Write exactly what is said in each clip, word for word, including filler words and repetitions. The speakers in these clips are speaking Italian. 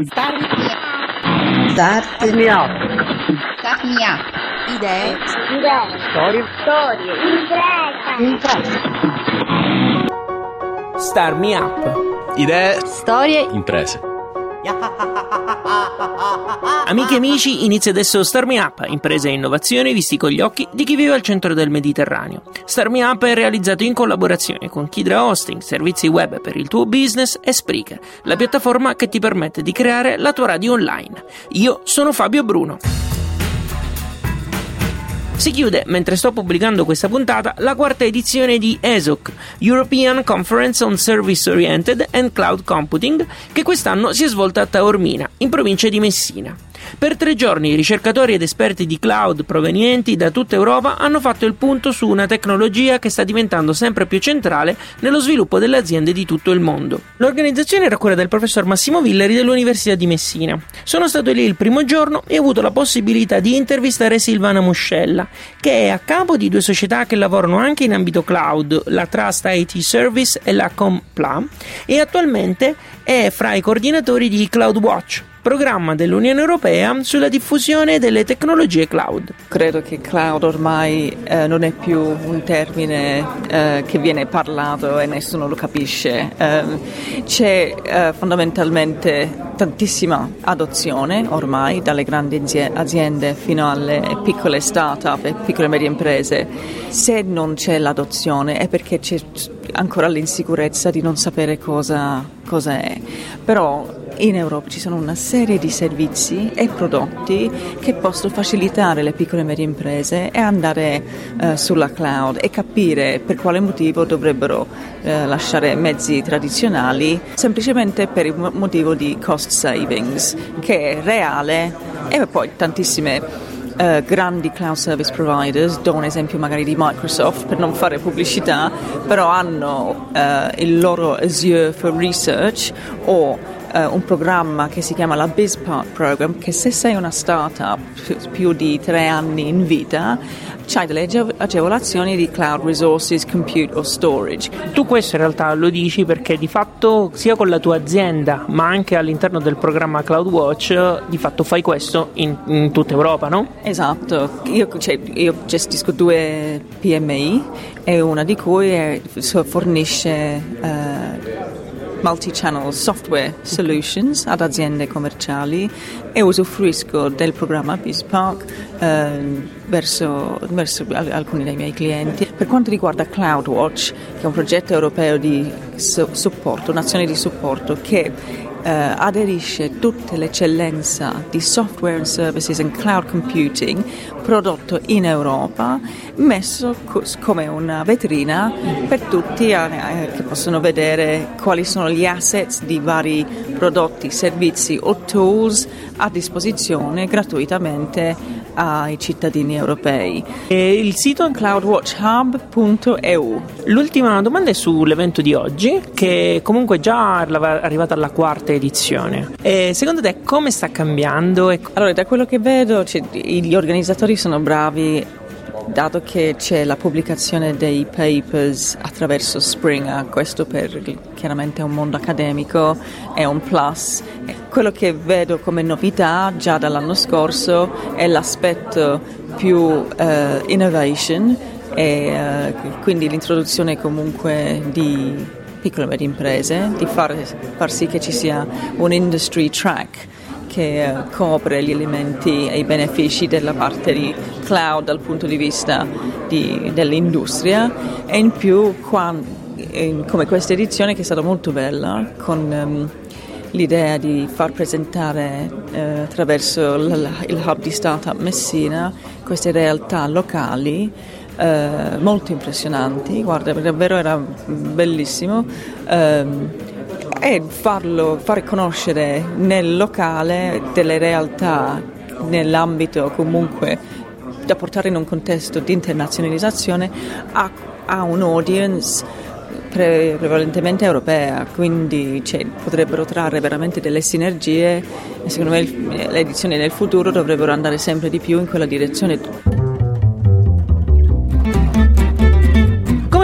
Start me up. Start me up. Start me up. Idee. Idee. Storie. Storie. Impresa. Impresa. Start me up. Idee. Storie. Imprese. Amiche e amici, inizia adesso Start Me Up, imprese e innovazioni visti con gli occhi di chi vive al centro del Mediterraneo. Start Me Up è realizzato in collaborazione con Kidra Hosting, servizi web per il tuo business, e Spreaker, la piattaforma che ti permette di creare la tua radio online. Io sono Fabio Bruno. Si chiude, mentre sto pubblicando questa puntata, la quarta edizione di E S O C, European Conference on Service Oriented and Cloud Computing, che quest'anno si è svolta a Taormina, in provincia di Messina. Per tre giorni ricercatori ed esperti di cloud provenienti da tutta Europa hanno fatto il punto su una tecnologia che sta diventando sempre più centrale nello sviluppo delle aziende di tutto il mondo. L'organizzazione era a cura del professor Massimo Villeri dell'Università di Messina. Sono stato lì il primo giorno e ho avuto la possibilità di intervistare Silvana Muscella, che è a capo di due società che lavorano anche in ambito cloud, la Trust I T Service e la Compla, e attualmente è fra i coordinatori di CloudWatch, programma dell'Unione Europea sulla diffusione delle tecnologie cloud. Credo che cloud ormai eh, non è più un termine eh, che viene parlato e nessuno lo capisce. Eh, c'è eh, fondamentalmente tantissima adozione ormai dalle grandi aziende fino alle piccole start-up e piccole e medie imprese. Se non c'è l'adozione è perché c'è ancora l'insicurezza di non sapere cosa, cosa è. Però in Europa ci sono una serie di servizi e prodotti che possono facilitare le piccole e medie imprese e andare uh, sulla cloud e capire per quale motivo dovrebbero uh, lasciare mezzi tradizionali semplicemente per il motivo di cost savings, che è reale. E poi tantissime Uh, grandi cloud service providers, do un esempio magari di Microsoft per non fare pubblicità, però hanno uh, il loro Azure for Research o Uh, un programma che si chiama la BizPark Program, che se sei una startup più, più di tre anni in vita c'hai delle agevolazioni di cloud resources, compute o storage. Tu questo in realtà lo dici perché di fatto sia con la tua azienda ma anche all'interno del programma CloudWatch di fatto fai questo in, in tutta Europa, no? Esatto, io, cioè, io gestisco due P M I e una di cui è, fornisce uh, multi-channel software solutions ad aziende commerciali e usufruisco del programma BizPark eh, verso, verso alcuni dei miei clienti. Per quanto riguarda CloudWatch, che è un progetto europeo di so- supporto, un'azione di supporto che Uh, aderisce tutta l'eccellenza di software and services and cloud computing prodotto in Europa, messo co- come una vetrina per tutti eh, che possono vedere quali sono gli assets di vari prodotti, servizi o tools a disposizione gratuitamente ai cittadini europei. E il sito è cloud watch hub punto e u. L'ultima domanda è sull'evento di oggi, che comunque già è arrivata alla quarta edizione. E secondo te come sta cambiando? Allora, da quello che vedo, cioè, gli organizzatori sono bravi, dato che c'è la pubblicazione dei papers attraverso Springer, questo per chiaramente un mondo accademico è un plus. Quello che vedo come novità già dall'anno scorso è l'aspetto più uh, innovation e uh, quindi l'introduzione comunque di piccole e medie imprese, di far, far sì che ci sia un industry track che uh, copre gli elementi e i benefici della parte di cloud dal punto di vista di, dell'industria, e in più qua, in, come questa edizione che è stata molto bella, con um, l'idea di far presentare eh, attraverso l- il hub di Startup Messina queste realtà locali eh, molto impressionanti. Guarda, davvero era bellissimo. Um, e farlo, fare conoscere nel locale delle realtà nell'ambito comunque da portare in un contesto di internazionalizzazione a, a un audience pre- prevalentemente europea, quindi cioè, potrebbero trarre veramente delle sinergie e secondo me le edizioni nel futuro dovrebbero andare sempre di più in quella direzione.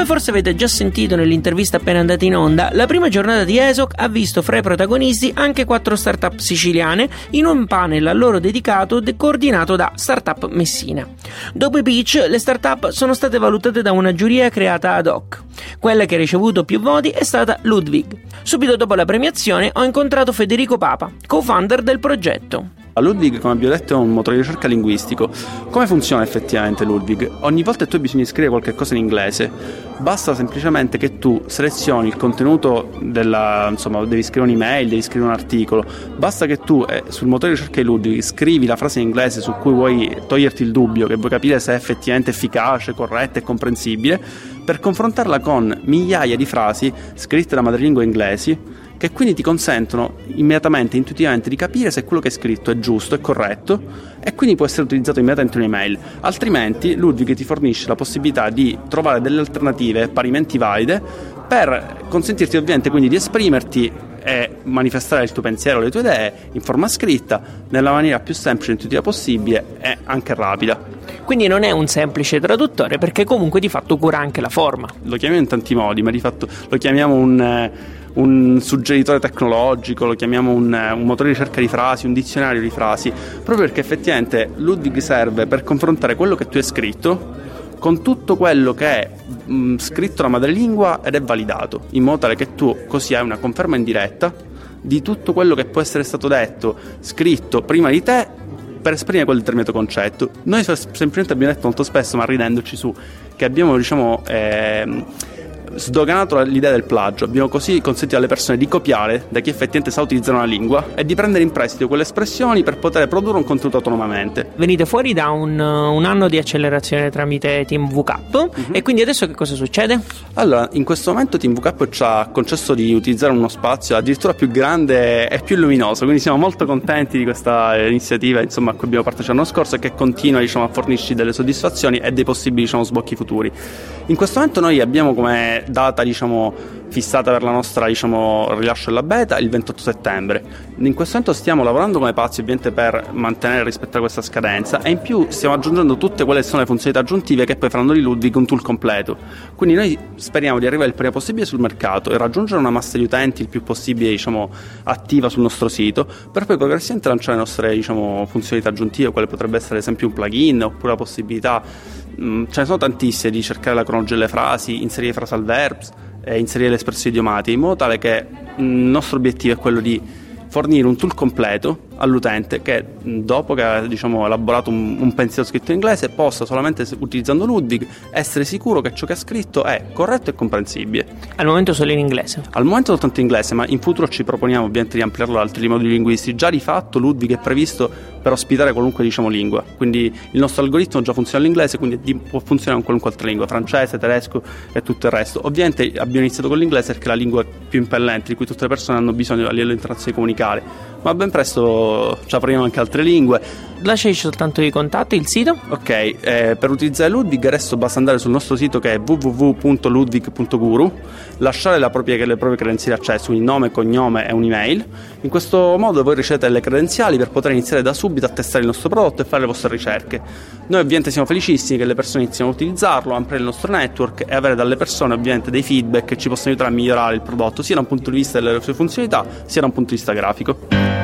forse avete già sentito nell'intervista appena andata in onda, la prima giornata di ESOC ha visto fra i protagonisti anche quattro startup siciliane in un panel a loro dedicato de- coordinato da Startup Messina. Dopo i pitch, le startup sono state valutate da una giuria creata ad hoc. Quella che ha ricevuto più voti è stata Ludwig. Subito dopo la premiazione ho incontrato Federico Papa, co-founder del progetto. Ludwig, come abbiamo detto, è un motore di ricerca linguistico. Come funziona effettivamente Ludwig? Ogni volta che tu hai bisogno di scrivere qualche cosa in inglese, basta semplicemente che tu selezioni il contenuto della, insomma, devi scrivere un'email, devi scrivere un articolo, basta che tu eh, sul motore di ricerca di Ludwig scrivi la frase in inglese su cui vuoi toglierti il dubbio, che vuoi capire se è effettivamente efficace, corretta e comprensibile, per confrontarla con migliaia di frasi scritte da madrelingua inglesi, che quindi ti consentono immediatamente, intuitivamente, di capire se quello che hai scritto è giusto, è corretto, e quindi può essere utilizzato immediatamente in un'email. Altrimenti Ludwig ti fornisce la possibilità di trovare delle alternative parimenti valide per consentirti ovviamente quindi di esprimerti e manifestare il tuo pensiero, le tue idee in forma scritta nella maniera più semplice e intuitiva possibile e anche rapida. Quindi non è un semplice traduttore, perché comunque di fatto cura anche la forma. Lo chiamiamo in tanti modi, ma di fatto lo chiamiamo un, un suggeritore tecnologico, lo chiamiamo un, un motore di ricerca di frasi, un dizionario di frasi, proprio perché effettivamente Ludwig serve per confrontare quello che tu hai scritto con tutto quello che è mh, scritto la madrelingua ed è validato, in modo tale che tu così hai una conferma in diretta di tutto quello che può essere stato detto, scritto prima di te, per esprimere quel determinato concetto. Noi semplicemente abbiamo detto molto spesso, ma ridendoci su, che abbiamo, diciamo, ehm, sdoganato l'idea del plagio. Abbiamo così consentito alle persone di copiare da chi effettivamente sa utilizzare una lingua e di prendere in prestito quelle espressioni per poter produrre un contenuto autonomamente. Venite fuori da un, un anno di accelerazione tramite Team V K, uh-huh. E quindi adesso che cosa succede? Allora, in questo momento Team V K ci ha concesso di utilizzare uno spazio addirittura più grande e più luminoso, quindi siamo molto contenti di questa iniziativa, insomma, a cui abbiamo partecipato l'anno scorso e che continua, diciamo, a fornirci delle soddisfazioni e dei possibili, diciamo, sbocchi futuri. In questo momento noi abbiamo come data, diciamo, fissata per la nostra, diciamo, rilascio della beta il ventotto settembre. In questo momento stiamo lavorando come pazzi ovviamente per mantenere e rispettare questa scadenza, e in più stiamo aggiungendo tutte quelle che sono le funzionalità aggiuntive che poi faranno di Ludwig un tool completo. Quindi noi speriamo di arrivare il prima possibile sul mercato e raggiungere una massa di utenti il più possibile, diciamo, attiva sul nostro sito, per poi progressivamente lanciare le nostre, diciamo, funzionalità aggiuntive, quale potrebbe essere ad esempio un plugin, oppure la possibilità, mh, ce ne sono tantissime, di cercare la cronologia delle frasi, inserire phrasal verbs, e inserire le espressioni idiomatiche, in modo tale che il nostro obiettivo è quello di fornire un tool completo all'utente che, dopo che ha, diciamo, elaborato un, un pensiero scritto in inglese, possa solamente, utilizzando Ludwig, essere sicuro che ciò che ha scritto è corretto e comprensibile. Al momento solo in inglese? Al momento soltanto in inglese, ma in futuro ci proponiamo ovviamente di ampliarlo ad altri moduli linguistici. Già di fatto Ludwig è previsto per ospitare qualunque, diciamo, lingua, quindi il nostro algoritmo già funziona all'inglese, quindi può funzionare con qualunque altra lingua, francese, tedesco e tutto il resto. Ovviamente abbiamo iniziato con l'inglese perché è la lingua più impellente, di cui tutte le persone hanno bisogno a livello internazionale di comunicare, ma ben presto ci apriamo anche altre lingue. Lasciaci soltanto i contatti, il sito? Ok, eh, per utilizzare Ludwig adesso basta andare sul nostro sito, che è w w w punto ludwig punto guru, lasciare la propria, le proprie credenziali di accesso, quindi nome, cognome e un'email. In questo modo voi ricevete le credenziali per poter iniziare da subito a testare il nostro prodotto e fare le vostre ricerche. Noi ovviamente siamo felicissimi che le persone iniziano a utilizzarlo, ampliare il nostro network e avere dalle persone ovviamente dei feedback che ci possono aiutare a migliorare il prodotto, sia da un punto di vista delle sue funzionalità, sia da un punto di vista grafico.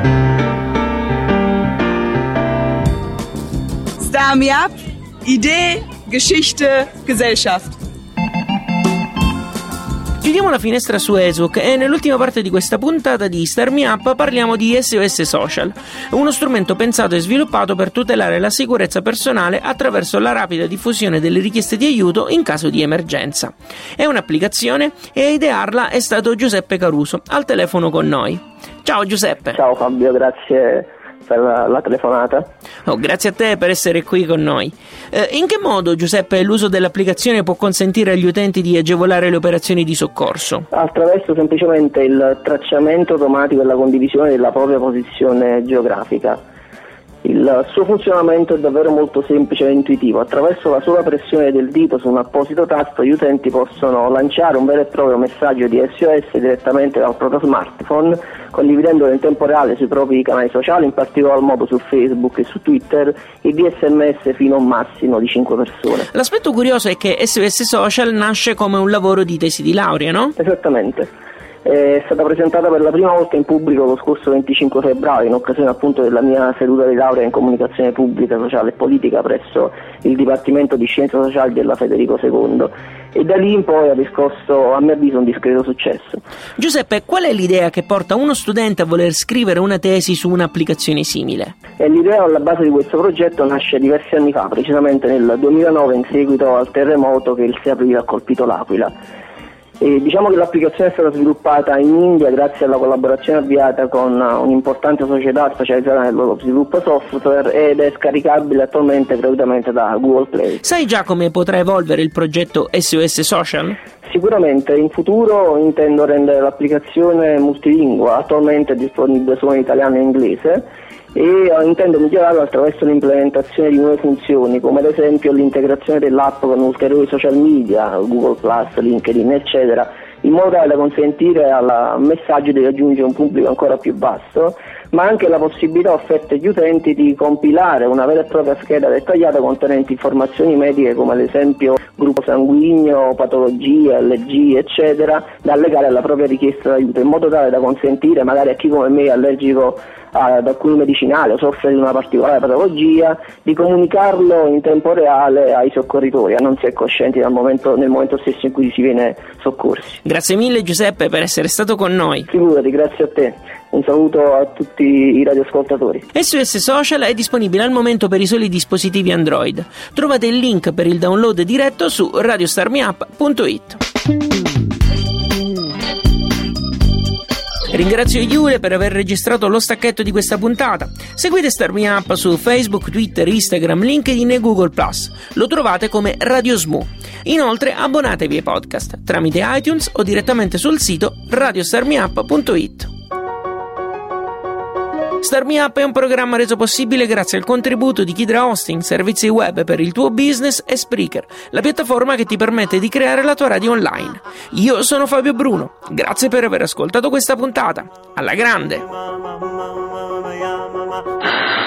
Star Me Up, Idee, Geschichte, Gesellschaft. Chiudiamo la finestra su ESOC e nell'ultima parte di questa puntata di Star Me Up parliamo di S O S Social, uno strumento pensato e sviluppato per tutelare la sicurezza personale attraverso la rapida diffusione delle richieste di aiuto in caso di emergenza. È un'applicazione e a idearla è stato Giuseppe Caruso, al telefono con noi. Ciao Giuseppe. Ciao Fabio, grazie per la, la telefonata. Oh, grazie a te per essere qui con noi. Eh, in che modo, Giuseppe, l'uso dell'applicazione può consentire agli utenti di agevolare le operazioni di soccorso? Attraverso semplicemente il tracciamento automatico e la condivisione della propria posizione geografica. Il suo funzionamento è davvero molto semplice e intuitivo. Attraverso la sola pressione del dito su un apposito tasto gli utenti possono lanciare un vero e proprio messaggio di S O S direttamente dal proprio smartphone, condividendolo in tempo reale sui propri canali sociali, in particolar modo su Facebook e su Twitter, e via S M S fino a un massimo di cinque persone. L'aspetto curioso è che S O S Social nasce come un lavoro di tesi di laurea, no? Esattamente. È stata presentata per la prima volta in pubblico lo scorso venticinque febbraio, in occasione appunto della mia seduta di laurea in comunicazione pubblica, sociale e politica presso il Dipartimento di Scienze Sociali della Federico secondo, e da lì in poi ha riscosso, a mio avviso, un discreto successo. Giuseppe, qual è l'idea che porta uno studente a voler scrivere una tesi su un'applicazione simile? E l'idea alla base di questo progetto nasce diversi anni fa, precisamente nel duemilanove, in seguito al terremoto che il sei aprile ha colpito l'Aquila. E diciamo che l'applicazione è stata sviluppata in India grazie alla collaborazione avviata con un'importante società specializzata nello sviluppo software, ed è scaricabile attualmente gratuitamente da Google Play. Sai già come potrà evolvere il progetto S O S Social? Sicuramente in futuro intendo rendere l'applicazione multilingua, attualmente è disponibile solo in italiano e inglese, e intendo migliorarlo attraverso l'implementazione di nuove funzioni, come ad esempio l'integrazione dell'app con ulteriori social media, Google plus, LinkedIn eccetera, in modo tale da consentire al messaggio di raggiungere un pubblico ancora più vasto, ma anche la possibilità offerta agli utenti di compilare una vera e propria scheda dettagliata contenente informazioni mediche come ad esempio gruppo sanguigno, patologie, L G eccetera, da allegare alla propria richiesta d'aiuto, in modo tale da consentire magari a chi come me è allergico ad alcuni medicinali o soffre di una particolare patologia di comunicarlo in tempo reale ai soccorritori, a non si è coscienti nel momento, nel momento stesso in cui si viene soccorsi. Grazie mille Giuseppe per essere stato con noi. Figurati, grazie a te. Un saluto a tutti i radioascoltatori. S O S Social è disponibile al momento per i soli dispositivi Android. Trovate il link per il download diretto su radio star me up punto it. Ringrazio Iule per aver registrato lo stacchetto di questa puntata. Seguite Star Me Up su Facebook, Twitter, Instagram, LinkedIn e Google plus. Lo trovate come Radio S M U. Inoltre abbonatevi ai podcast tramite iTunes o direttamente sul sito radio star me up punto it. Star Me Up è un programma reso possibile grazie al contributo di Kidra Hosting, servizi web per il tuo business, e Spreaker, la piattaforma che ti permette di creare la tua radio online. Io sono Fabio Bruno, grazie per aver ascoltato questa puntata. Alla grande!